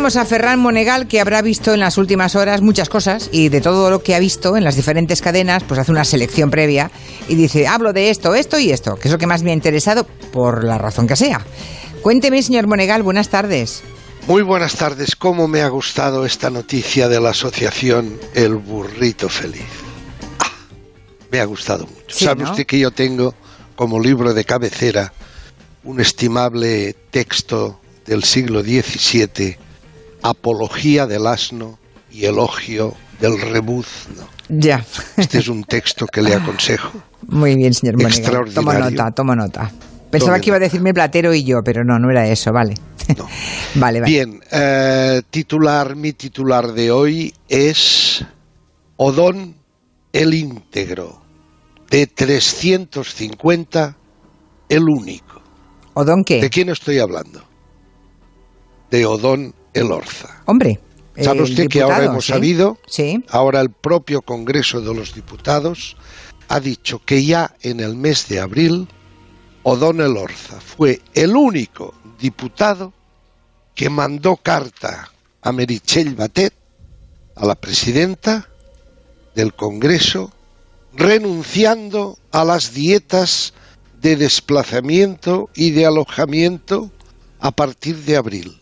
tenemos a Ferran Monegal, que habrá visto en las últimas horas muchas cosas, y de todo lo que ha visto en las diferentes cadenas, pues hace una selección previa y dice, hablo de esto, esto y esto, que es lo que más me ha interesado por la razón que sea. Cuénteme, señor Monegal, buenas tardes. Muy buenas tardes. ¿Cómo me ha gustado esta noticia de la asociación El Burrito Feliz? Me ha gustado mucho. Sí, ¿Sabe usted que yo tengo como libro de cabecera un estimable texto del siglo XVII, Apología del asno y elogio del rebuzno? Ya. Este es un texto que le aconsejo. Muy bien, señor Monegal. Extraordinario. Toma nota. Pensaba que iba a decirme Platero y yo, pero no era eso, vale. No. Vale. Bien, mi titular de hoy es Odón el íntegro, de 350, el único. ¿Odón qué? ¿De quién estoy hablando? De Odón Elorza. Hombre, ¿sabe usted que ahora hemos sabido? Sí. Ahora el propio Congreso de los Diputados ha dicho que ya en el mes de abril Odón Elorza fue el único diputado que mandó carta a Meritxell Batet, a la presidenta del Congreso, renunciando a las dietas de desplazamiento y de alojamiento a partir de abril.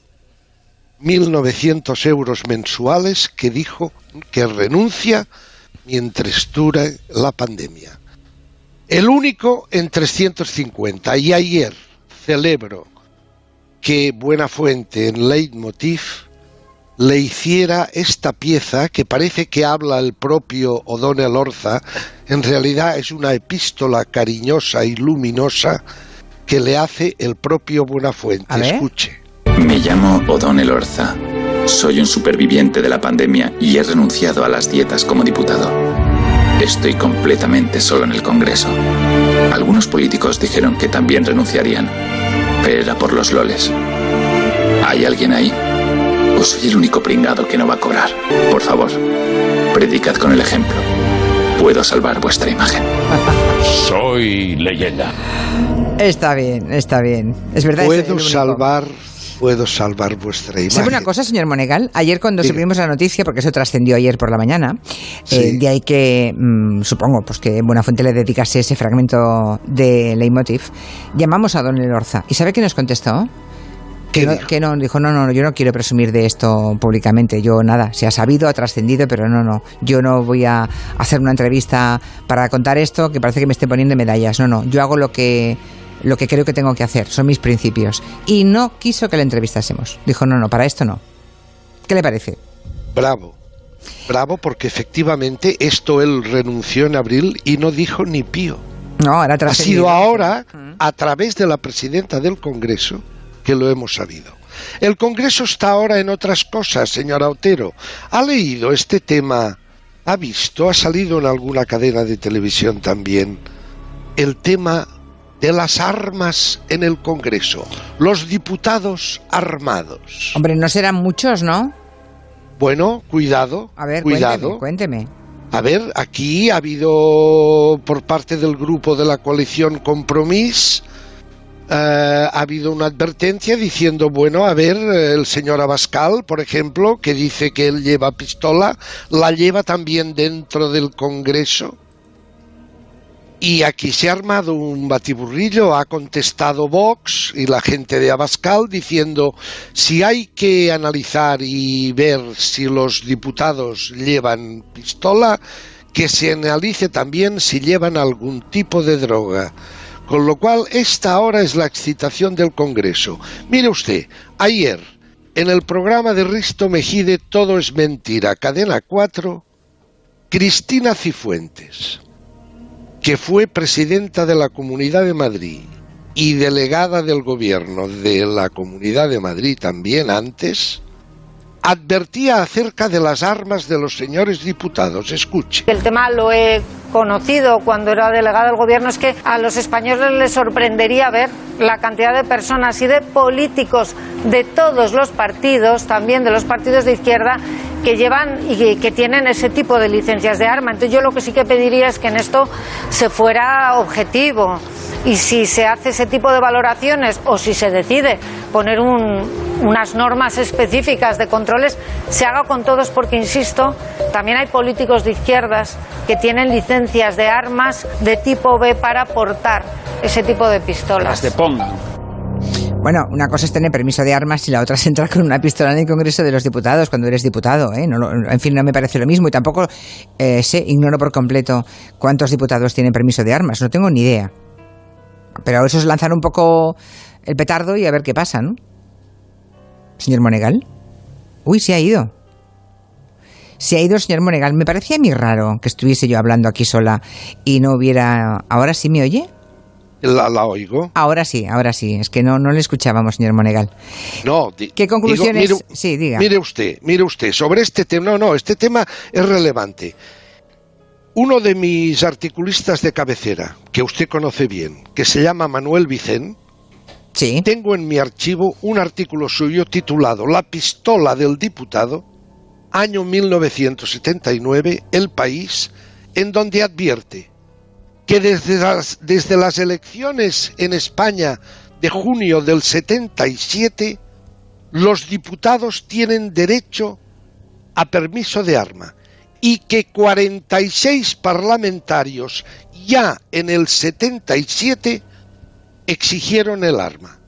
1.900 euros mensuales que dijo que renuncia mientras dure la pandemia. El único en 350. Y ayer celebro que Buenafuente en Leitmotiv le hiciera esta pieza que parece que habla el propio Odón Elorza. En realidad es una epístola cariñosa y luminosa que le hace el propio Buenafuente. Escuche. Me llamo Odón Elorza. Soy un superviviente de la pandemia y he renunciado a las dietas como diputado. Estoy completamente solo en el Congreso. Algunos políticos dijeron que también renunciarían, pero era por los loles. ¿Hay alguien ahí? ¿O soy el único pringado que no va a cobrar? Por favor, predicad con el ejemplo. Puedo salvar vuestra imagen. Soy leyenda. Está bien. Es verdad. Puedo salvar vuestra imagen. ¿Sabe una cosa, señor Monegal? Ayer cuando supimos la noticia, porque eso trascendió ayer por la mañana, sí. De ahí que, supongo, pues que Buenafuente le dedicase ese fragmento de Leitmotiv, llamamos a Don Elorza. ¿Y sabe qué nos contestó? Que no, dijo, no, yo no quiero presumir de esto públicamente, yo nada, se ha sabido, ha trascendido, pero no, yo no voy a hacer una entrevista para contar esto, que parece que me esté poniendo medallas, no, yo hago lo que creo que tengo que hacer, son mis principios. Y no quiso que le entrevistásemos. Dijo, no, para esto no. ¿Qué le parece? Bravo, porque efectivamente esto él renunció en abril y no dijo ni pío. No, ahora ha sido ahora, a través de la presidenta del Congreso, que lo hemos sabido. El Congreso está ahora en otras cosas, señora Otero. ¿Ha leído este tema? ¿Ha visto? ¿Ha salido en alguna cadena de televisión también? El tema de las armas en el Congreso, los diputados armados. Hombre, no serán muchos, ¿no? Bueno, cuidado. A ver, cuénteme. A ver, aquí ha habido por parte del grupo de la coalición Compromís, ha habido una advertencia diciendo, bueno, a ver, el señor Abascal, por ejemplo, que dice que él lleva pistola, la lleva también dentro del Congreso. Y aquí se ha armado un batiburrillo, ha contestado Vox y la gente de Abascal diciendo si hay que analizar y ver si los diputados llevan pistola, que se analice también si llevan algún tipo de droga. Con lo cual, esta ahora es la excitación del Congreso. Mire usted, ayer, en el programa de Risto Mejide, Todo es Mentira, Cadena 4, Cristina Cifuentes, que fue presidenta de la Comunidad de Madrid y delegada del gobierno de la Comunidad de Madrid también antes, advertía acerca de las armas de los señores diputados. Escuche. El tema lo he conocido cuando era delegada del gobierno, es que a los españoles les sorprendería ver la cantidad de personas y de políticos de todos los partidos, también de los partidos de izquierda, que llevan y que tienen ese tipo de licencias de arma. Entonces yo lo que sí que pediría es que en esto se fuera objetivo, y si se hace ese tipo de valoraciones o si se decide poner unas normas específicas de controles, se haga con todos, porque, insisto, también hay políticos de izquierdas que tienen licencias de armas de tipo B para portar ese tipo de pistolas. Las depongan. Bueno, una cosa es tener permiso de armas y la otra es entrar con una pistola en el Congreso de los Diputados cuando eres diputado, ¿eh? En fin, no me parece lo mismo y tampoco ignoro por completo cuántos diputados tienen permiso de armas, no tengo ni idea. Pero eso es lanzar un poco el petardo y a ver qué pasa, ¿no? Señor Monegal. Uy, se ha ido. Se ha ido el señor Monegal. Me parecía a mí raro que estuviese yo hablando aquí sola y no hubiera... ¿Ahora sí me oye? La oigo. Ahora sí. Es que no le escuchábamos, señor Monegal. No. ¿Qué conclusiones? Digo, sí, diga. Mire usted, sobre este tema... No, este tema es relevante. Uno de mis articulistas de cabecera, que usted conoce bien, que se llama Manuel Vicent, sí. Tengo en mi archivo un artículo suyo titulado La pistola del diputado, año 1979, El País, en donde advierte que desde las elecciones en España de junio del 77, los diputados tienen derecho a permiso de arma y que 46 parlamentarios ya en el 77 exigieron el arma.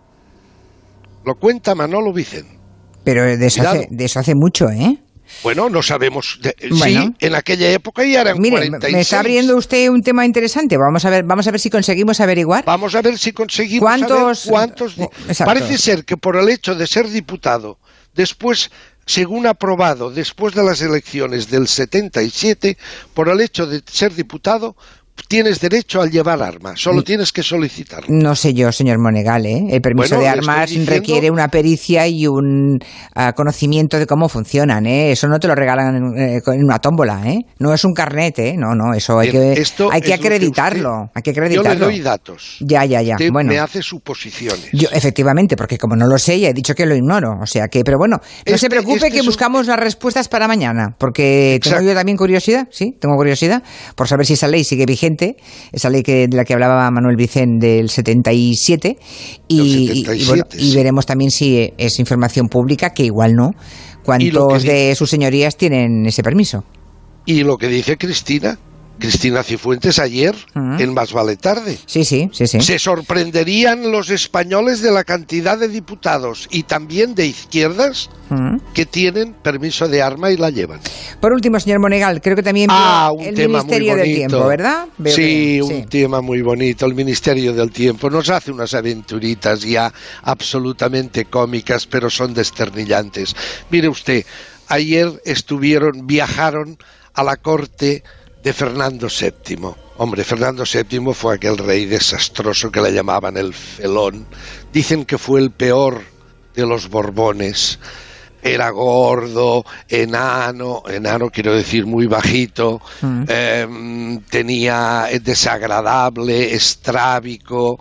Lo cuenta Manolo Vicent. Pero de eso hace mucho, ¿eh? Bueno, no sabemos. Bueno. Sí, en aquella época ya eran 46. Me está abriendo usted un tema interesante. Vamos a ver si conseguimos averiguar. Vamos a ver si conseguimos cuántos. Parece ser que por el hecho de ser diputado, después, según aprobado, después de las elecciones del 77, por el hecho de ser diputado, tienes derecho a llevar armas, solo tienes que solicitarlo. No sé yo, señor Monegal, ¿eh? El permiso de armas requiere una pericia y un conocimiento de cómo funcionan, ¿eh? Eso no te lo regalan en una tómbola, ¿eh? No es un carnet, ¿eh? No, eso hay que acreditarlo. Hay que acreditarlo. Yo le doy datos. Ya. Usted bueno, me hace suposiciones. Yo, efectivamente, porque como no lo sé, ya he dicho que lo ignoro. O sea que, pero bueno, no se preocupe que buscamos las respuestas para mañana, porque tengo yo también curiosidad, tengo curiosidad por saber si esa ley sigue vigente, esa ley de la que hablaba Manuel Vicent del 77 y veremos también si es información pública, que igual no, cuántos de sus señorías tienen ese permiso. Y lo que dice Cristina Cifuentes ayer en Más Vale Tarde. Sí. Se sorprenderían los españoles de la cantidad de diputados y también de izquierdas que tienen permiso de arma y la llevan. Por último, señor Monegal, creo que también el Ministerio del Tiempo, ¿verdad? Un tema muy bonito, el Ministerio del Tiempo. Nos hace unas aventuritas ya absolutamente cómicas, pero son desternillantes. Mire usted, ayer viajaron a la corte de Fernando VII. Hombre, Fernando VII fue aquel rey desastroso que le llamaban el Felón. Dicen que fue el peor de los Borbones. Era gordo, enano quiero decir muy bajito, tenía desagradable, estrábico,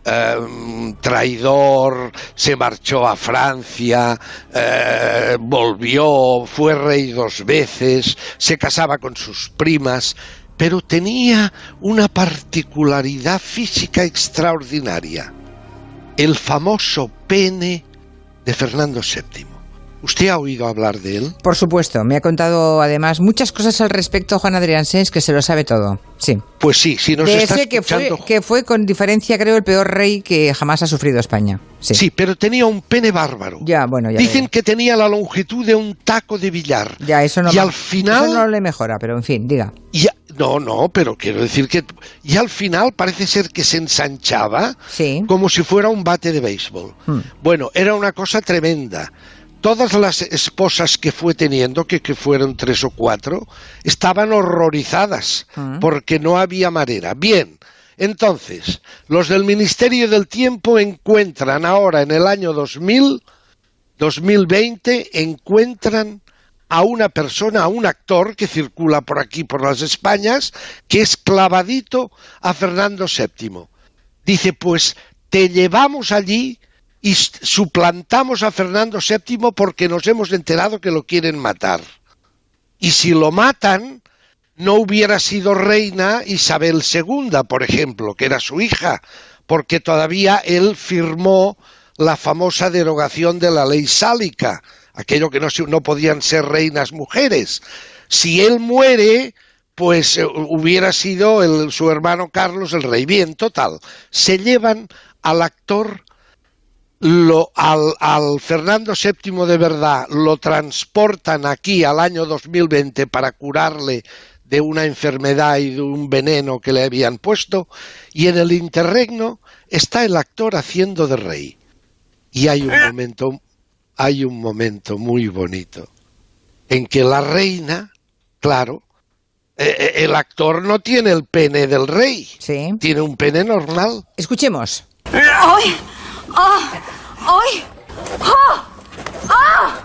traidor, se marchó a Francia, volvió, fue rey 2 veces, se casaba con sus primas, pero tenía una particularidad física extraordinaria: el famoso pene de Fernando VII. ¿Usted ha oído hablar de él? Por supuesto, me ha contado además muchas cosas al respecto Juan Adrián Sens, que se lo sabe todo. Sí. Pues sí, si nos está escuchando... que fue con diferencia, creo, el peor rey que jamás ha sufrido España. Sí, pero tenía un pene bárbaro. Ya Dicen que tenía la longitud de un taco de billar. Ya, eso no. Y al final... Eso no le mejora, pero en fin, diga. No, pero quiero decir que... Y al final parece ser que se ensanchaba como si fuera un bate de béisbol. Bueno, era una cosa tremenda. Todas las esposas que fue teniendo, que fueron 3 o 4, estaban horrorizadas porque no había manera. Bien, entonces, los del Ministerio del Tiempo encuentran ahora en el año 2020, encuentran a una persona, a un actor que circula por aquí, por las Españas, que es clavadito a Fernando VII. Dice, pues te llevamos allí y suplantamos a Fernando VII porque nos hemos enterado que lo quieren matar. Y si lo matan, no hubiera sido reina Isabel II, por ejemplo, que era su hija, porque todavía él firmó la famosa derogación de la ley sálica, aquello que no podían ser reinas mujeres. Si él muere, pues hubiera sido su hermano Carlos el rey. Bien, total, se llevan al actor, al Fernando VII de verdad, lo transportan aquí al año 2020 para curarle de una enfermedad y de un veneno que le habían puesto, y en el interregno está el actor haciendo de rey. Y hay un momento muy bonito en que la reina, claro, el actor no tiene el pene del rey, sí, tiene un pene normal. Escuchemos. ¡Ay! ¡Ah! ¡Ay! ¡Ah! ¡Ah!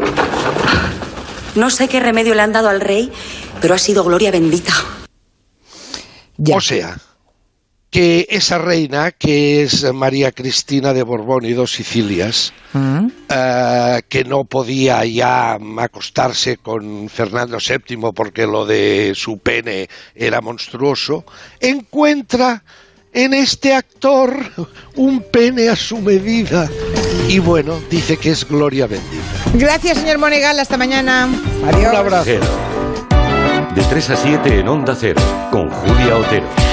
No sé qué remedio le han dado al rey, pero ha sido gloria bendita. Ya. O sea, que esa reina, que es María Cristina de Borbón y dos Sicilias, que no podía ya acostarse con Fernando VII porque lo de su pene era monstruoso, encuentra en este actor un pene a su medida. Y bueno, dice que es gloria bendita. Gracias, señor Monegal. Hasta mañana. Adiós. Un abrazo. De 3 a 7 en Onda Cero, con Julia Otero.